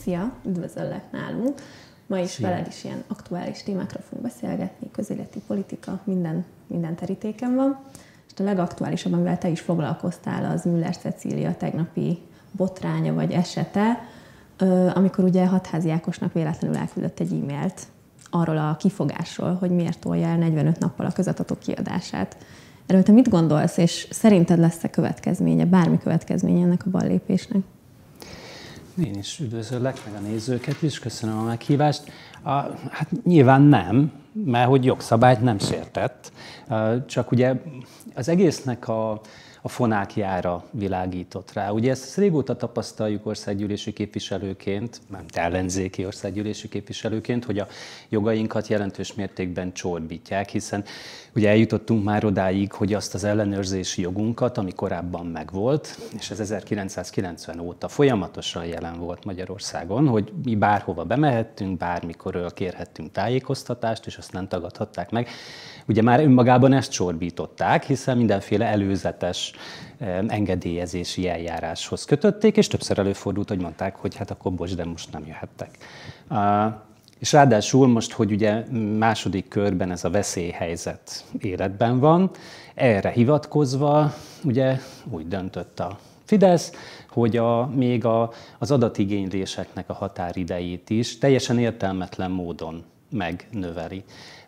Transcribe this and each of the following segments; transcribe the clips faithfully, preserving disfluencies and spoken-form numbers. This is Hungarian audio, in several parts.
Szia, üdvözöllek nálunk. Ma is Szia. veled is ilyen aktuális témákra fogunk beszélgetni, közéleti politika, minden, minden terítéken van. És a legaktuálisabb, amivel te is foglalkoztál, az Müller Cecília tegnapi botránya vagy esete, amikor ugye Hatházi Ákosnak véletlenül elküldött egy e-mailt arról a kifogásról, hogy miért tolja el negyvenöt nappal a közadatok kiadását. Erről te mit gondolsz, és szerinted lesz-e következménye, bármi következménye ennek a ballépésnek? Én is üdvözöllek, meg a nézőket is, köszönöm a meghívást. A, hát nyilván nem, mert hogy jogszabályt nem sértett, csak ugye az egésznek a, a fonákjára világított rá. Ugye ezt régóta tapasztaljuk országgyűlési képviselőként, nem ellenzéki országgyűlési képviselőként, hogy a jogainkat jelentős mértékben csorbítják, hiszen ugye eljutottunk már odáig, hogy azt az ellenőrzési jogunkat, ami korábban megvolt, és ez ezerkilencszázkilencven óta folyamatosan jelen volt Magyarországon, hogy mi bárhova bemehettünk, bármikor kérhettünk tájékoztatást, és azt nem tagadhatták meg. Ugye már önmagában ezt csorbították, hiszen mindenféle előzetes engedélyezési eljáráshoz kötötték, és többször előfordult, hogy mondták, hogy hát akkor bocs, de most nem jöhettek. És ráadásul most, hogy ugye második körben ez a veszélyhelyzet életben van, erre hivatkozva ugye úgy döntött a Fidesz, hogy a, még a, az adatigényléseknek a határidejét is teljesen értelmetlen módon megnöveli.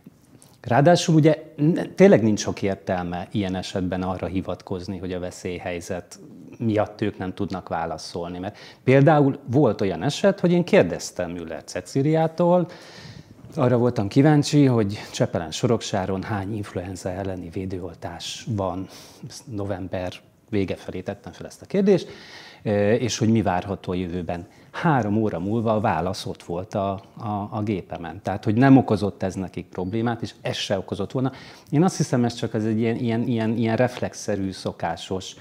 Ráadásul ugye tényleg nincs sok értelme ilyen esetben arra hivatkozni, hogy a veszélyhelyzet miatt ők nem tudnak válaszolni. Mert például volt olyan eset, hogy én kérdeztem Müller Cecíliától, arra voltam kíváncsi, hogy Csepelen-Soroksáron hány influenza elleni védőoltás van. November vége felé tettem fel ezt a kérdést, és hogy mi várható a jövőben. Három óra múlva a válasz ott volt a, a, a gépemen. Tehát, hogy nem okozott ez nekik problémát, és ez se okozott volna. Én azt hiszem, ez csak ez egy ilyen, ilyen, ilyen, ilyen reflexzerű, szokásos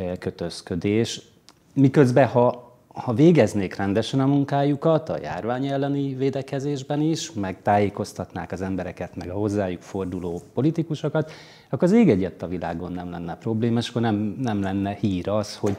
kötözködés. Miközben, ha, ha végeznék rendesen a munkájukat, a járvány elleni védekezésben is, meg tájékoztatnák az embereket, meg a hozzájuk forduló politikusokat, akkor az ég egyet a világon nem lenne probléma, és akkor nem, nem lenne hír az, hogy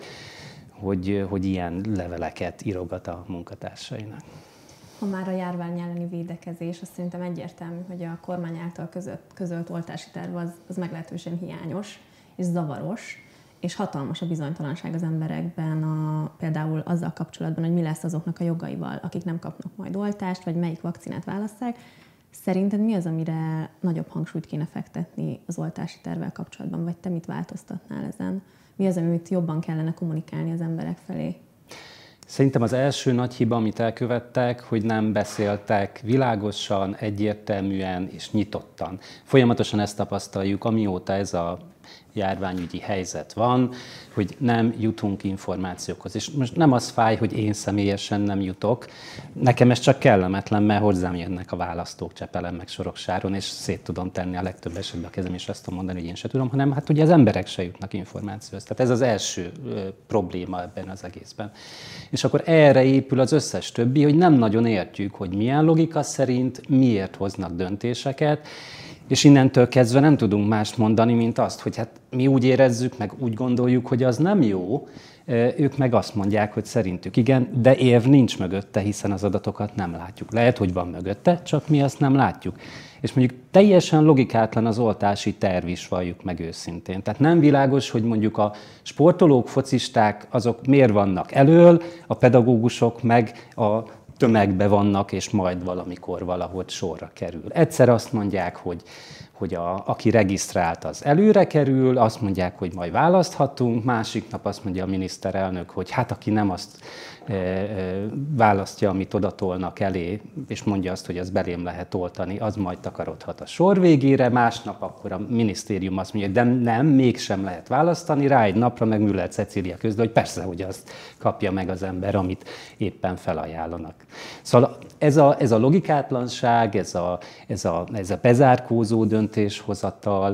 Hogy, hogy ilyen leveleket írogat a munkatársainak. Ha már a járvány elleni védekezés, azt szerintem egyértelmű, hogy a kormány által között, közölt oltási terv az, az meglehetősen hiányos és zavaros, és hatalmas a bizonytalanság az emberekben, a, például azzal kapcsolatban, hogy mi lesz azoknak a jogaival, akik nem kapnak majd oltást, vagy melyik vakcinát válasszák. Szerinted mi az, amire nagyobb hangsúlyt kéne fektetni az oltási tervvel kapcsolatban, vagy te mit változtatnál ezen? Mi az, amit jobban kellene kommunikálni az emberek felé? Szerintem az első nagy hiba, amit elkövettek, hogy nem beszéltek világosan, egyértelműen és nyitottan. Folyamatosan ezt tapasztaljuk, amióta ez a járványügyi helyzet van, hogy nem jutunk információkhoz. És most nem az fáj, hogy én személyesen nem jutok, nekem ez csak kellemetlen, mert hozzám jönnek a választók Csepelen meg Soroksáron, és szét tudom tenni a legtöbb esetben a kezem, és azt tudom mondani, hogy én se tudom, hanem hát ugye az emberek se jutnak információhoz. Tehát ez az első ö, probléma ebben az egészben. És akkor erre épül az összes többi, hogy nem nagyon értjük, hogy milyen logika szerint miért hoznak döntéseket, és innentől kezdve nem tudunk mást mondani, mint azt, hogy hát mi úgy érezzük, meg úgy gondoljuk, hogy az nem jó, ők meg azt mondják, hogy szerintük igen, de érv nincs mögötte, hiszen az adatokat nem látjuk. Lehet, hogy van mögötte, csak mi azt nem látjuk. És mondjuk teljesen logikátlan az oltási terv is, valljuk meg őszintén. Tehát nem világos, hogy mondjuk a sportolók, focisták, azok miért vannak elől, a pedagógusok meg a tömegbe vannak, és majd valamikor valahogy sorra kerül. Egyszer azt mondják, hogy, hogy a, aki regisztrált, az előre kerül, azt mondják, hogy majd választhatunk, másik nap azt mondja a miniszterelnök, hogy hát aki nem azt e, e, választja, amit odatolnak elé, és mondja azt, hogy az belém lehet oltani, az majd takarodhat a sor végére, másnap akkor a minisztérium azt mondja, de nem, mégsem lehet választani, rá egy napra meg Müller Cecília közül, hogy persze, hogy azt kapja meg az ember, amit éppen felajánlanak. Szóval ez a, ez a logikátlanság, ez a, ez a, ez a bezárkózó döntéshozatal,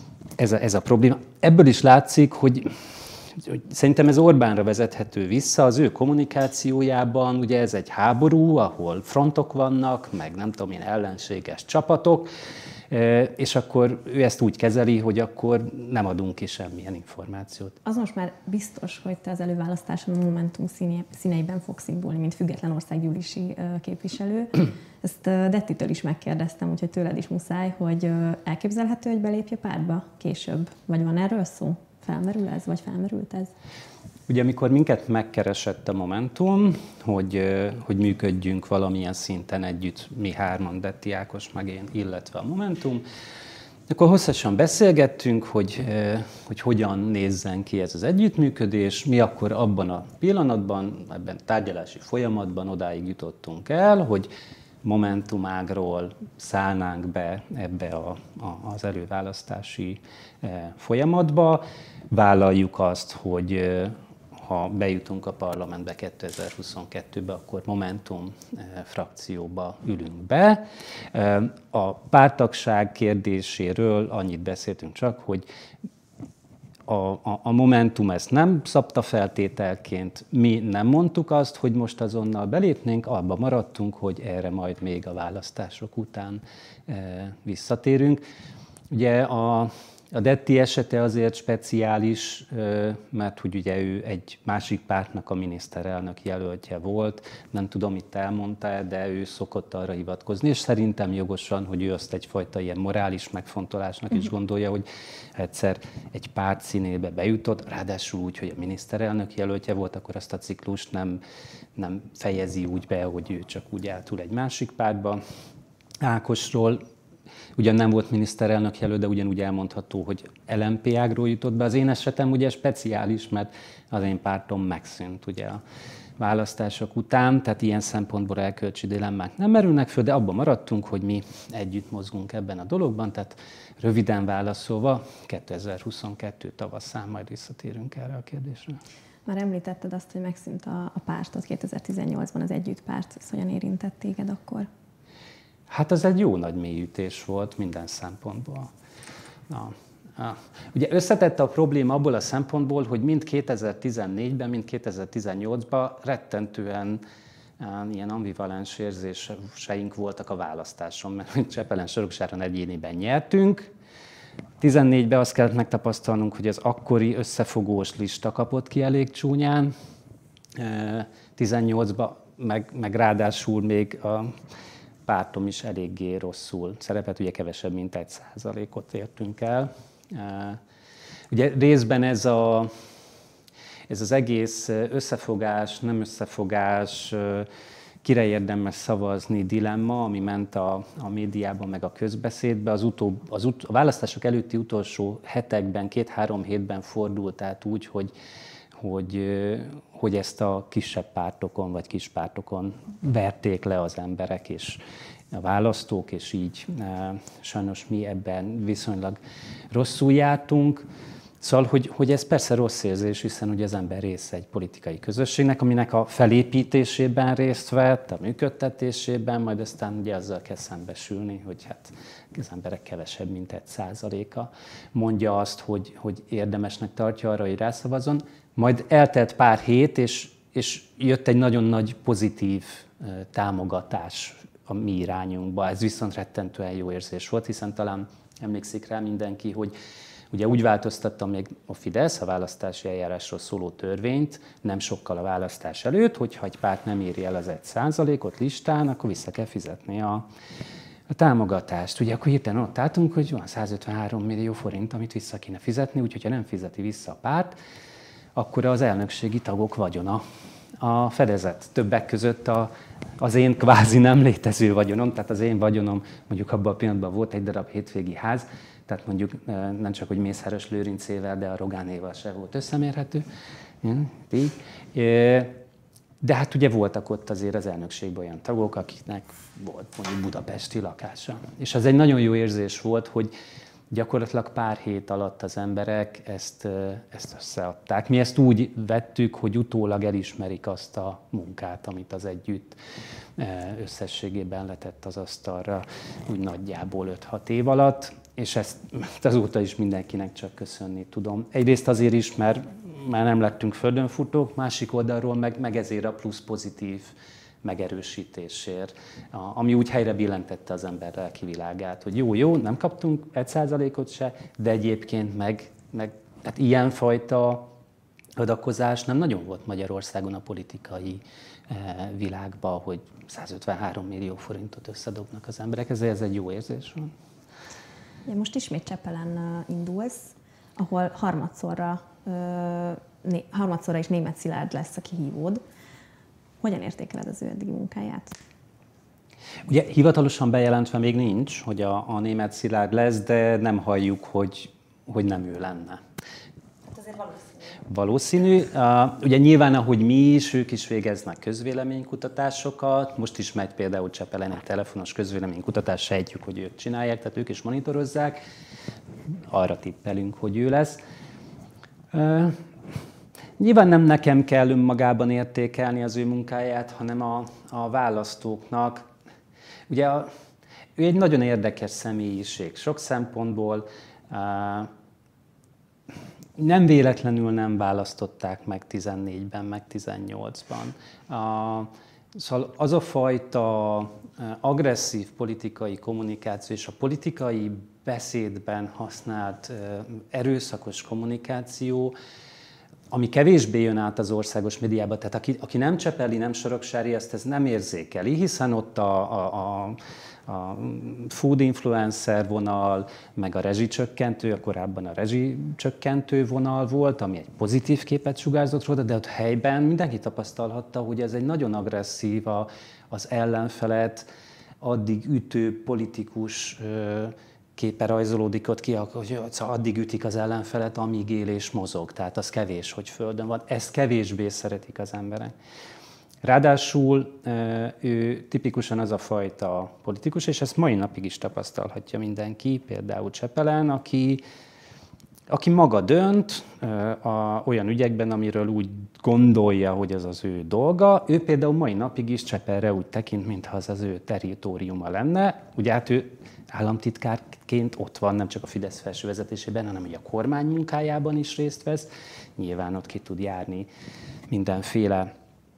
ez a, ez a probléma. Ebből is látszik, hogy, hogy szerintem ez Orbánra vezethető vissza, az ő kommunikációjában, ugye ez egy háború, ahol frontok vannak, meg nem tudom én ellenséges csapatok, és akkor ő ezt úgy kezeli, hogy akkor nem adunk ki semmilyen információt. Az most már biztos, hogy te az előválasztáson a Momentum színeiben fogsz indulni, mint független országgyűlési képviselő. Ezt Dettitől is megkérdeztem, úgyhogy tőled is muszáj, hogy elképzelhető, hogy belépje pártba később? Vagy van erről szó? Felmerül ez, vagy felmerült ez? Ugye amikor minket megkeresett a Momentum, hogy, hogy működjünk valamilyen szinten együtt, mi hárman, Detti Ákos, meg én, illetve a Momentum, akkor hosszasan beszélgettünk, hogy, hogy hogyan nézzen ki ez az együttműködés. Mi akkor abban a pillanatban, ebben a tárgyalási folyamatban odáig jutottunk el, hogy Momentum ágról szállnánk be ebbe a, a, az előválasztási folyamatba. Vállaljuk azt, hogy ha bejutunk a parlamentbe kétezer-huszonkettőbe, akkor Momentum frakcióba ülünk be. A párttagság kérdéséről annyit beszéltünk csak, hogy a, a, a Momentum ezt nem szabta feltételként, mi nem mondtuk azt, hogy most azonnal belépnénk, abba maradtunk, hogy erre majd még a választások után visszatérünk. Ugye a A Detti esete azért speciális, mert hogy ugye ő egy másik pártnak a miniszterelnök jelöltje volt, nem tudom, itt elmondta, de ő szokott arra hivatkozni, és szerintem jogosan, hogy ő azt egyfajta ilyen morális megfontolásnak is gondolja, hogy egyszer egy párt színébe bejutott, ráadásul úgy, hogy a miniszterelnök jelöltje volt, akkor azt a ciklust nem, nem fejezi úgy be, hogy ő csak úgy átul egy másik pártba. Ákosról ugyan nem volt miniszterelnök jelölt, de ugyanúgy elmondható, hogy el em pé ágról jutott be. Az én esetem ugye speciális, mert az én pártom megszűnt ugye a választások után, tehát ilyen szempontból erkölcsi dilemmák nem merülnek föl, de abban maradtunk, hogy mi együtt mozgunk ebben a dologban, tehát röviden válaszolva kétezer-huszonkettő tavaszán majd visszatérünk erre a kérdésre. Már említetted azt, hogy megszűnt a, a pártod kétezer-tizennyolcban, az Együttpárt, ez hogyan érintett téged akkor? Hát az egy jó nagy mélyütés volt minden szempontból. Na, na. Ugye összetette a probléma abból a szempontból, hogy mind kétezer-tizennégyben, mind kétezer-tizennyolcban rettentően ilyen ambivalens érzéseink voltak a választáson, mert Csepelen-Soroksáron egyéniben nyertünk. tizennégyben azt kellett megtapasztalnunk, hogy az akkori összefogós lista kapott ki elég csúnyán. tizennyolcban meg, meg ráadásul még a pártom is eléggé rosszul szerepelt, ugye kevesebb, mint egy százalékot értünk el. Ugye részben ez, a, ez az egész összefogás, nem összefogás, kire érdemes szavazni dilemma, ami ment a, a médiában, meg a közbeszédben, az, utóbb, az ut, a választások előtti utolsó hetekben, két-három hétben fordult át úgy, hogy Hogy, hogy ezt a kisebb pártokon vagy kis pártokon verték le az emberek és a választók, és így sajnos mi ebben viszonylag rosszul jártunk. Szóval, hogy, hogy ez persze rossz érzés, hiszen ugye az ember része egy politikai közösségnek, aminek a felépítésében részt vett, a működtetésében, majd aztán ugye azzal kell szembesülni, hogy hát az emberek kevesebb, mint egy százaléka mondja azt, hogy, hogy érdemesnek tartja arra, hogy rászavazzon. Majd eltelt pár hét, és, és jött egy nagyon nagy pozitív támogatás a mi irányunkba. Ez viszont rettentően jó érzés volt, hiszen talán emlékszik rá mindenki, hogy ugye úgy változtatta még a Fidesz a választási eljárásról szóló törvényt, nem sokkal a választás előtt, hogyha egy párt nem éri el az egy százalékot listán, akkor vissza kell fizetni a, a támogatást. Ugye akkor hirtelen ott álltunk, hogy van százötvenhárom millió forint, amit vissza kéne fizetni, úgyhogy ha nem fizeti vissza a párt, akkor az elnökségi tagok vagyona a fedezet. Többek között a, az én kvázi nem létező vagyonom, tehát az én vagyonom mondjuk abban a pillanatban volt egy darab hétvégi ház, tehát mondjuk nem csak, hogy Mészáros Lőrincével, de a Rogánéval se volt összemérhető. De hát ugye voltak ott azért az elnökségben olyan tagok, akiknek volt mondjuk budapesti lakása. És az egy nagyon jó érzés volt, hogy gyakorlatilag pár hét alatt az emberek ezt, ezt összeadták. Mi ezt úgy vettük, hogy utólag elismerik azt a munkát, amit az Együtt összességében letett az asztalra, úgy nagyjából öt-hat év alatt, és ezt azóta is mindenkinek csak köszönni tudom. Egyrészt azért is, mert már nem lettünk földönfutók, másik oldalról meg, meg ezért a plusz pozitív megerősítésért, ami úgy helyre billentette az ember lelki világát, hogy jó, jó, nem kaptunk egy százalékot se, de egyébként meg, meg hát ilyenfajta adakozás nem nagyon volt Magyarországon a politikai világban, hogy százötvenhárom millió forintot összedobnak az emberek, ezért ez egy jó érzés van. Ja, most ismét Csepelen indulsz, ahol harmadszorra, né, harmadszorra is Németh Szilárd lesz a kihívód. Hogyan értékeled az ő eddigi munkáját? Ugye hivatalosan bejelentve még nincs, hogy a, a Németh Szilárd lesz, de nem halljuk, hogy, hogy nem ő lenne. Hát azért valószínű. Valószínű. Uh, ugye nyilván, ahogy mi is, ők is végeznek közvéleménykutatásokat. Most is megy például Csepelen egy telefonos közvéleménykutatás, sejtjük, hogy ők csinálják, tehát ők is monitorozzák. Arra tippelünk, hogy ő lesz. Uh, nyilván nem nekem kell önmagában értékelni az ő munkáját, hanem a, a választóknak. Ugye a, ő egy nagyon érdekes személyiség sok szempontból. Uh, Nem véletlenül nem választották meg tizennégyben, meg tizennyolcban. Szóval az a fajta agresszív politikai kommunikáció és a politikai beszédben használt erőszakos kommunikáció, ami kevésbé jön át az országos médiába, tehát aki, aki nem csepeli, nem soroksári, ezt ez nem érzékeli, hiszen ott a, a, a a food influencer vonal, meg a rezsicsökkentő, a korábban a rezsicsökkentő vonal volt, ami egy pozitív képet sugárzott róla, de ott helyben mindenki tapasztalhatta, hogy ez egy nagyon agresszív, az ellenfelet addig ütő politikus képe rajzolódik ott ki, hogy addig ütik az ellenfelet, amíg él és mozog. Tehát az kevés, hogy földön van. Ezt kevésbé szeretik az emberek. Ráadásul ő tipikusan az a fajta politikus, és ezt mai napig is tapasztalhatja mindenki, például Csepelen, aki, aki maga dönt a, olyan ügyekben, amiről úgy gondolja, hogy ez az ő dolga. Ő például mai napig is Csepelre úgy tekint, mintha az az ő territóriuma lenne. Ugye hát ő államtitkárként ott van, nem csak a Fidesz felső vezetésében, hanem hogy a kormány munkájában is részt vesz. Nyilván ott ki tud járni mindenféle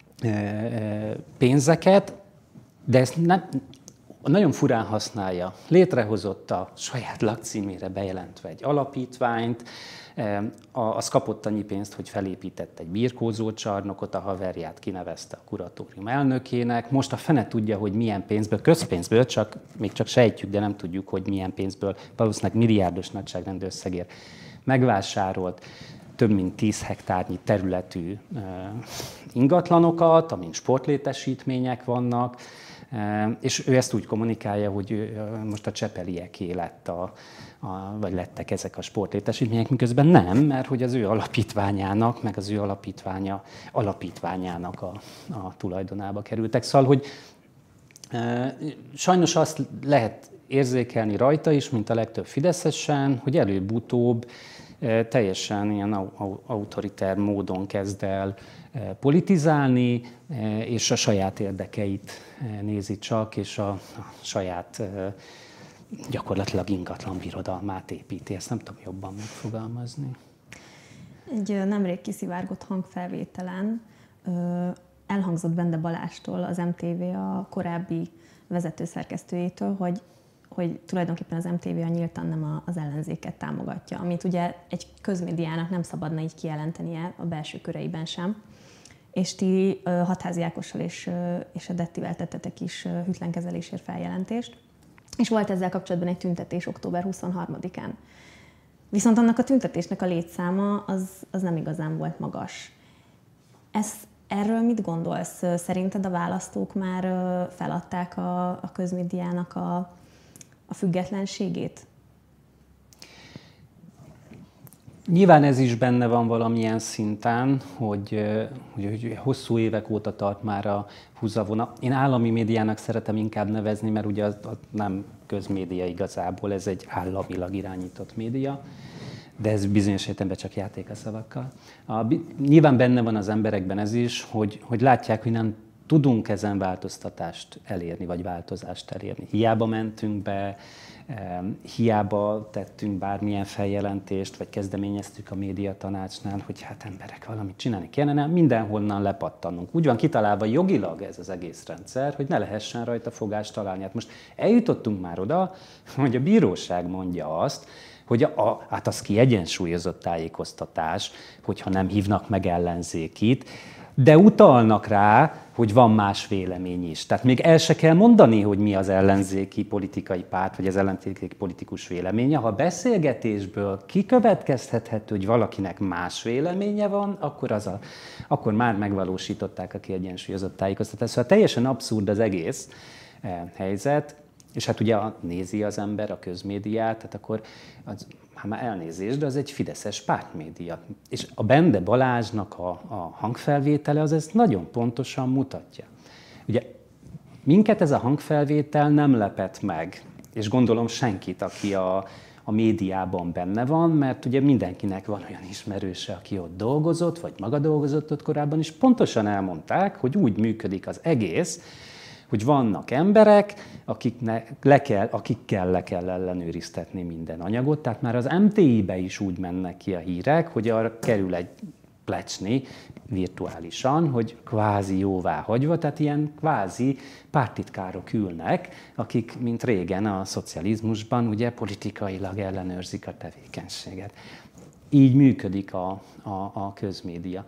pénzeket, de ezt nem, nagyon furán használja. Létrehozott a saját lakcímére bejelentve egy alapítványt, az kapott annyi pénzt, hogy felépített egy birkózócsarnokot, a haverját kinevezte a kuratórium elnökének. Most a fene tudja, hogy milyen pénzből, közpénzből, csak, még csak sejtjük, de nem tudjuk, hogy milyen pénzből, valószínűleg milliárdos nagyságrendű összegért megvásárolt több mint tíz hektárnyi területű ingatlanokat, amin sportlétesítmények vannak, és ő ezt úgy kommunikálja, hogy ő, most a csepelieké lett a, a, vagy lettek ezek a sportlétesítmények, miközben nem, mert hogy az ő alapítványának, meg az ő alapítványa, alapítványának a, a tulajdonába kerültek. Szóval, hogy e, sajnos azt lehet érzékelni rajta is, mint a legtöbb fideszesen, hogy előbb-utóbb e, teljesen ilyen autoriter módon kezd el politizálni, és a saját érdekeit nézi csak, és a, a saját gyakorlatilag ingatlan birodalmát építi. Ezt nem tudom jobban megfogalmazni. Egy nemrég kiszivárgott hangfelvételen elhangzott Bende Balástól, az em té vé a korábbi vezetőszerkesztőjétől, hogy hogy tulajdonképpen az em té vé a nyíltan nem az ellenzéket támogatja, amit ugye egy közmédiának nem szabadna így kijelentenie a belső köreiben sem. És ti Hatházi Ákossal és, és a Dettivel tettetek is hűtlenkezelésért feljelentést, és volt ezzel kapcsolatban egy tüntetés október huszonharmadikán. Viszont annak a tüntetésnek a létszáma az, az nem igazán volt magas. Ez, erről mit gondolsz? Szerinted a választók már feladták a, a közmédiának a, a függetlenségét? Nyilván ez is benne van valamilyen szinten, hogy, hogy, hogy hosszú évek óta tart már a húzavona. Én állami médiának szeretem inkább nevezni, mert ugye az, az nem közmédia igazából, ez egy államilag irányított média, de ez bizonyos értelemben csak játék a szavakkal. A, nyilván benne van az emberekben ez is, hogy, hogy látják, hogy nem tudunk ezen változtatást elérni, vagy változást elérni. Hiába mentünk be, hiába tettünk bármilyen feljelentést, vagy kezdeményeztük a médiatanácsnál, hogy hát emberek, valamit csinálni kellene, mindenhonnan lepattannunk. Úgy van kitalálva jogilag ez az egész rendszer, hogy ne lehessen rajta fogást találni. Hát most eljutottunk már oda, hogy a bíróság mondja azt, hogy a, a, hát az kiegyensúlyozott tájékoztatás, hogyha nem hívnak meg ellenzékit, de utalnak rá, hogy van más vélemény is. Tehát még el se kell mondani, hogy mi az ellenzéki politikai párt, vagy az ellenzéki politikus véleménye. Ha a beszélgetésből kikövetkezhethető, hogy valakinek más véleménye van, akkor, az a, akkor már megvalósították a kiegyensúlyozott tájékoztatást. Szóval teljesen abszurd az egész eh, helyzet, és hát ugye nézi az ember a közmédiát, tehát akkor az, hát már elnézést, de az egy fideszes pártmédia. És a Bende Balázsnak a, a hangfelvétele az ezt nagyon pontosan mutatja. Ugye minket ez a hangfelvétel nem lepett meg, és gondolom senkit, aki a, a médiában benne van, mert ugye mindenkinek van olyan ismerőse, aki ott dolgozott, vagy maga dolgozott ott korábban, és pontosan elmondták, hogy úgy működik az egész, hogy vannak emberek, akiknek le kell, akikkel le kell ellenőriztetni minden anyagot, tehát már az em té i-be is úgy mennek ki a hírek, hogy arra kerül egy plecsni virtuálisan, hogy kvázi jóvá hagyva, tehát ilyen kvázi pártitkárok ülnek, akik, mint régen a szocializmusban, ugye politikailag ellenőrzik a tevékenységet. Így működik a, a, a közmédia.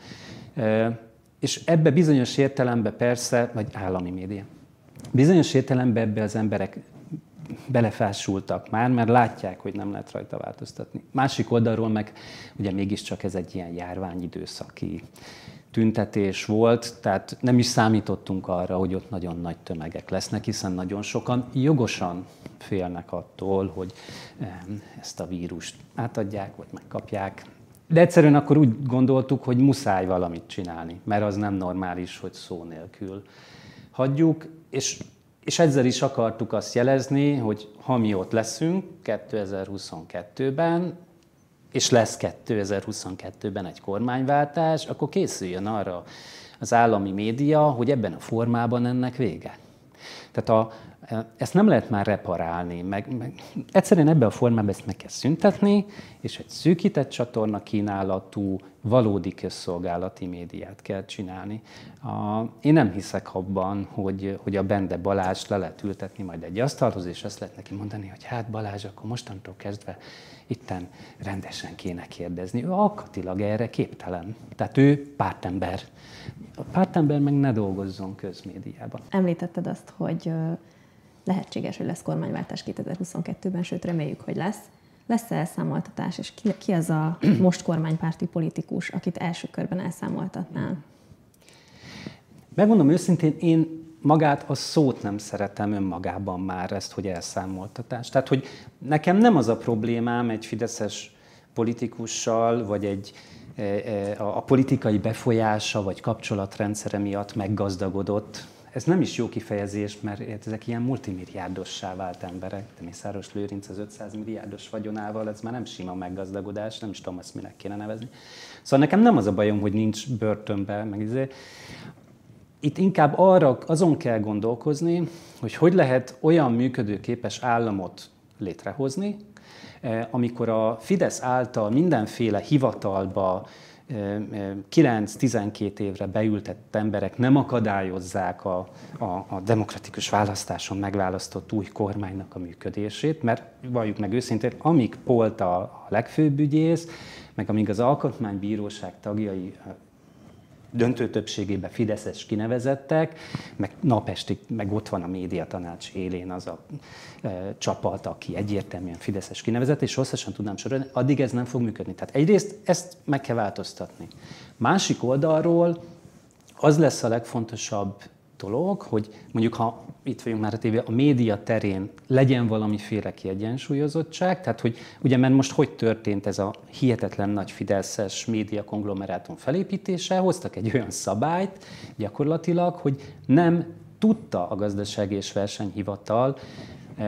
És ebbe bizonyos értelemben persze, vagy állami média, bizonyos értelemben ebbe az emberek belefásultak már, mert látják, hogy nem lehet rajta változtatni. Másik oldalról meg ugye mégiscsak ez egy ilyen járványidőszaki tüntetés volt, tehát nem is számítottunk arra, hogy ott nagyon nagy tömegek lesznek, hiszen nagyon sokan jogosan félnek attól, hogy ezt a vírust átadják, vagy megkapják. De egyszerűen akkor úgy gondoltuk, hogy muszáj valamit csinálni, mert az nem normális, hogy szó nélkül hagyjuk, és, és ezzel is akartuk azt jelezni, hogy ha mi ott leszünk kétezer-huszonkettőben, és lesz kétezer-huszonkettőben egy kormányváltás, akkor készüljön arra az állami média, hogy ebben a formában ennek vége. Tehát a, ezt nem lehet már reparálni, meg, meg egyszerűen ebben a formában ezt meg kell szüntetni, és egy szűkített csatorna kínálatú, valódi közszolgálati médiát kell csinálni. A, én nem hiszek abban, hogy, hogy a Bende Balázs le lehet ültetni majd egy asztalhoz, és azt lehet neki mondani, hogy hát Balázs, akkor mostantól kezdve itten rendesen kéne kérdezni. Ő alkatilag erre képtelen. Tehát ő pártember. A pártember meg ne dolgozzon közmédiában. Említetted azt, hogy lehetséges, hogy lesz kormányváltás kétezer-huszonkettőben, sőt reméljük, hogy lesz. Lesz-e elszámoltatás, és ki, ki az a most kormánypárti politikus, akit első körben elszámoltatnál? Megmondom őszintén, én magát a szót nem szeretem önmagában már ezt, hogy elszámoltatás. Tehát, hogy nekem nem az a problémám egy fideszes politikussal, vagy egy a politikai befolyása, vagy kapcsolatrendszere miatt meggazdagodott. Ez nem is jó kifejezés, mert ezek ilyen multimilliárdossá vált emberek. De Mészáros Lőrinc az ötszáz milliárdos vagyonával, ez már nem sima meggazdagodás, nem is tudom, ezt minek kéne nevezni. Szóval nekem nem az a bajom, hogy nincs börtönben, meg izé. Itt inkább arra, azon kell gondolkozni, hogy hogy lehet olyan működőképes államot létrehozni, amikor a Fidesz által mindenféle hivatalba kilenc-tizenkét évre beültett emberek nem akadályozzák a, a, a demokratikus választáson megválasztott új kormánynak a működését, mert valljuk meg őszintén, amíg Polt a, a legfőbb ügyész, meg amíg az Alkotmánybíróság tagjai döntő többségében fideszes kinevezettek, meg napestig, meg ott van a médiatanács élén az a e, csapat, aki egyértelműen fideszes kinevezett, és hosszasan tudnám sorolni, addig ez nem fog működni. Tehát egyrészt ezt meg kell változtatni. Másik oldalról az lesz a legfontosabb dolog, hogy mondjuk, ha itt vagyunk már a tévé, a média terén legyen valamiféle kiegyensúlyozottság, tehát hogy ugye, mert most hogy történt ez a hihetetlen nagy fideszes média konglomerátum felépítése, hoztak egy olyan szabályt gyakorlatilag, hogy nem tudta a Gazdasági és Versenyhivatal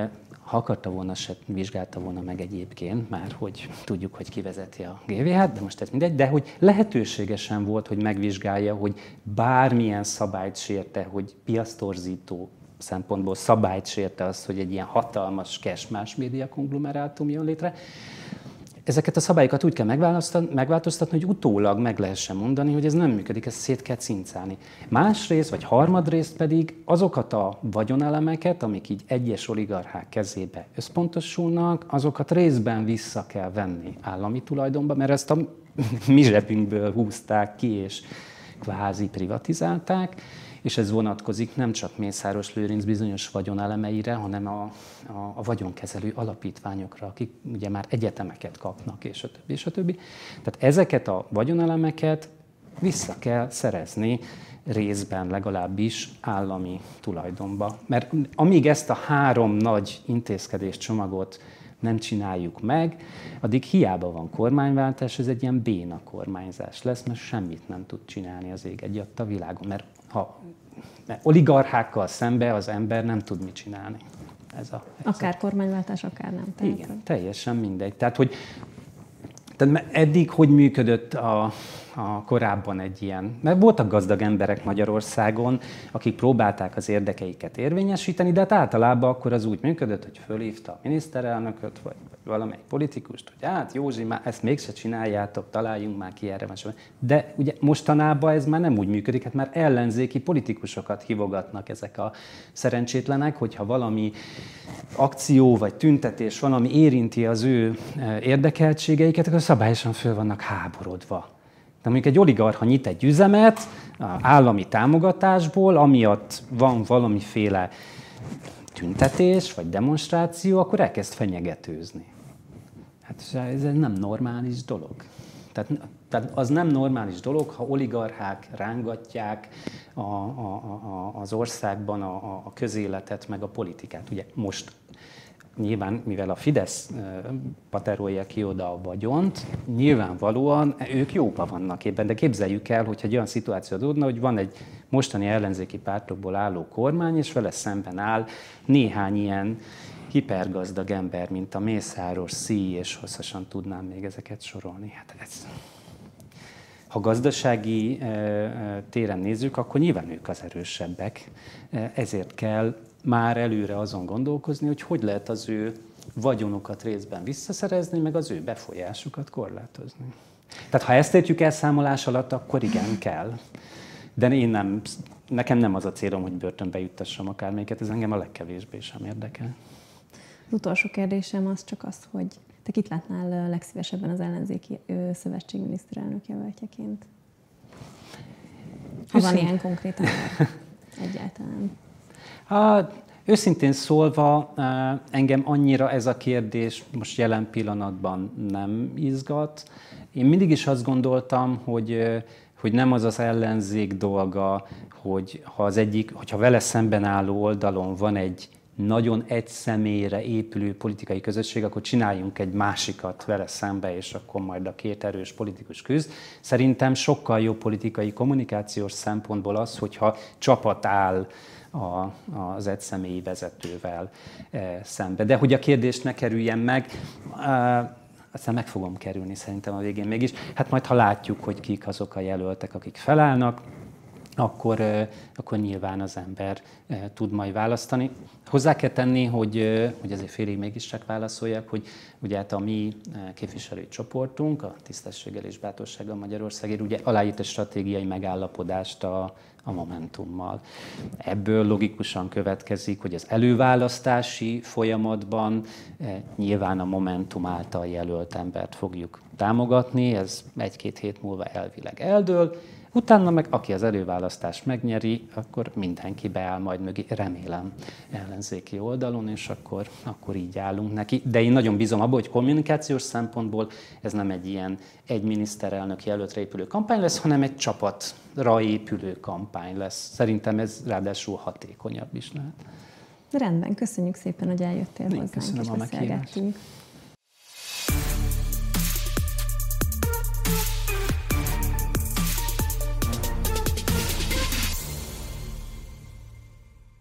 Ha akarta volna, se vizsgálta volna meg egyébként, már hogy tudjuk, hogy kivezeti a gé vé hát, de most ez mindegy, de hogy lehetőségesen volt, hogy megvizsgálja, hogy bármilyen szabályt sérte, hogy piasztorzító szempontból szabályt sérte az, hogy egy ilyen hatalmas cash más média konglomerátum jön létre. Ezeket a szabályokat úgy kell megváltoztatni, hogy utólag meg lehessen mondani, hogy ez nem működik, ezt szét kell cincálni. Másrészt, vagy harmadrészt pedig azokat a vagyonelemeket, amik így egyes oligarchák kezébe összpontosulnak, azokat részben vissza kell venni állami tulajdonba, mert ezt a mi zsebünkből húzták ki, és kvázi privatizálták, és ez vonatkozik nem csak Mészáros Lőrinc bizonyos vagyonelemeire, hanem a, a, a vagyonkezelő alapítványokra, akik ugye már egyetemeket kapnak, és a többi, és a többi. Tehát ezeket a vagyonelemeket vissza kell szerezni részben legalábbis állami tulajdonba. Mert amíg ezt a három nagy intézkedéscsomagot nem csináljuk meg, addig hiába van kormányváltás, ez egy ilyen béna kormányzás lesz, mert semmit nem tud csinálni az ég egyatt a világon. Mert ha mert oligarchákkal szembe az ember nem tud mit csinálni. Ez a, ez akár a... kormányváltás, akár nem. Tehát Igen, teljesen mindegy. Tehát, hogy tehát eddig hogy működött a, a korábban egy ilyen, mert voltak gazdag emberek Magyarországon, akik próbálták az érdekeiket érvényesíteni, de hát általában akkor az úgy működött, hogy fölhívta a miniszterelnököt, vagy, vagy valamelyik politikust, hogy hát Józsi, már ezt mégse csináljátok, találjunk már ki erre. De ugye mostanában ez már nem úgy működik, hát már ellenzéki politikusokat hívogatnak ezek a szerencsétlenek, hogyha valami akció vagy tüntetés valami érinti az ő érdekeltségeiket, akkor szabályosan föl vannak háborodva. De mondjuk egy oligarcha nyit egy üzemet állami támogatásból, amiatt van valamiféle tüntetés vagy demonstráció, akkor elkezd fenyegetőzni. Hát ez nem normális dolog. Tehát, tehát az nem normális dolog, ha oligarchák rángatják a, a, a, az országban a, a közéletet, meg a politikát. Ugye most nyilván, mivel a Fidesz paterolja ki oda a vagyont, nyilvánvalóan ők jóban vannak ebben, de képzeljük el, hogyha egy olyan szituáció adódna, hogy van egy mostani ellenzéki pártokból álló kormány, és vele szemben áll néhány ilyen hipergazdag ember, mint a Mészáros, Szijj, és hosszasan tudnám még ezeket sorolni. Hát ez... Ha gazdasági téren nézzük, akkor nyilván ők az erősebbek. Ezért kell már előre azon gondolkozni, hogy hogy lehet az ő vagyonukat részben visszaszerezni, meg az ő befolyásukat korlátozni. Tehát ha ezt értjük elszámolás alatt, akkor igen, kell. De én nem, nekem nem az a célom, hogy börtönbe juttassam akármelyiket, ez engem a legkevésbé sem érdekel. Az utolsó kérdésem az csak az, hogy te kit látnál legszívesebben az ellenzéki szövetség miniszterelnök jelöltjeként? Ha van ilyen konkrétan egyáltalán. Hát, őszintén szólva, engem annyira ez a kérdés most jelen pillanatban nem izgat. Én mindig is azt gondoltam, hogy, hogy nem az az ellenzék dolga, hogy ha az egyik, hogyha vele szemben álló oldalon van egy nagyon egy személyre épülő politikai közösség, akkor csináljunk egy másikat vele szembe, és akkor majd a két erős politikus küzd. Szerintem sokkal jobb politikai kommunikációs szempontból az, hogyha csapat áll a, az egyszemélyi vezetővel e, szembe. De hogy a kérdést ne kerüljen meg, e, aztán meg fogom kerülni szerintem a végén mégis. Hát majd ha látjuk, hogy kik azok a jelöltek, akik felállnak, akkor, akkor nyilván az ember tud majd választani. Hozzá kell tenni, hogy, hogy azért félig mégiscsak válaszoljak, hogy ugye hát a mi képviselői csoportunk, a Tisztességgel és Bátorsággal Magyarországért ugye aláírt egy stratégiai megállapodást a, a Momentummal. Ebből logikusan következik, hogy az előválasztási folyamatban nyilván a Momentum által jelölt embert fogjuk támogatni, ez egy-két hét múlva elvileg eldől. Utána meg, aki az előválasztást megnyeri, akkor mindenki beáll majd mögé, remélem, ellenzéki oldalon, és akkor, akkor így állunk neki. De én nagyon bízom abban, hogy kommunikációs szempontból ez nem egy ilyen egy miniszterelnök jelöltre épülő kampány lesz, hanem egy csapatra épülő kampány lesz. Szerintem ez ráadásul hatékonyabb is lehet. Rendben, köszönjük szépen, hogy eljöttél Én hozzánk, köszönöm és a beszélgettünk.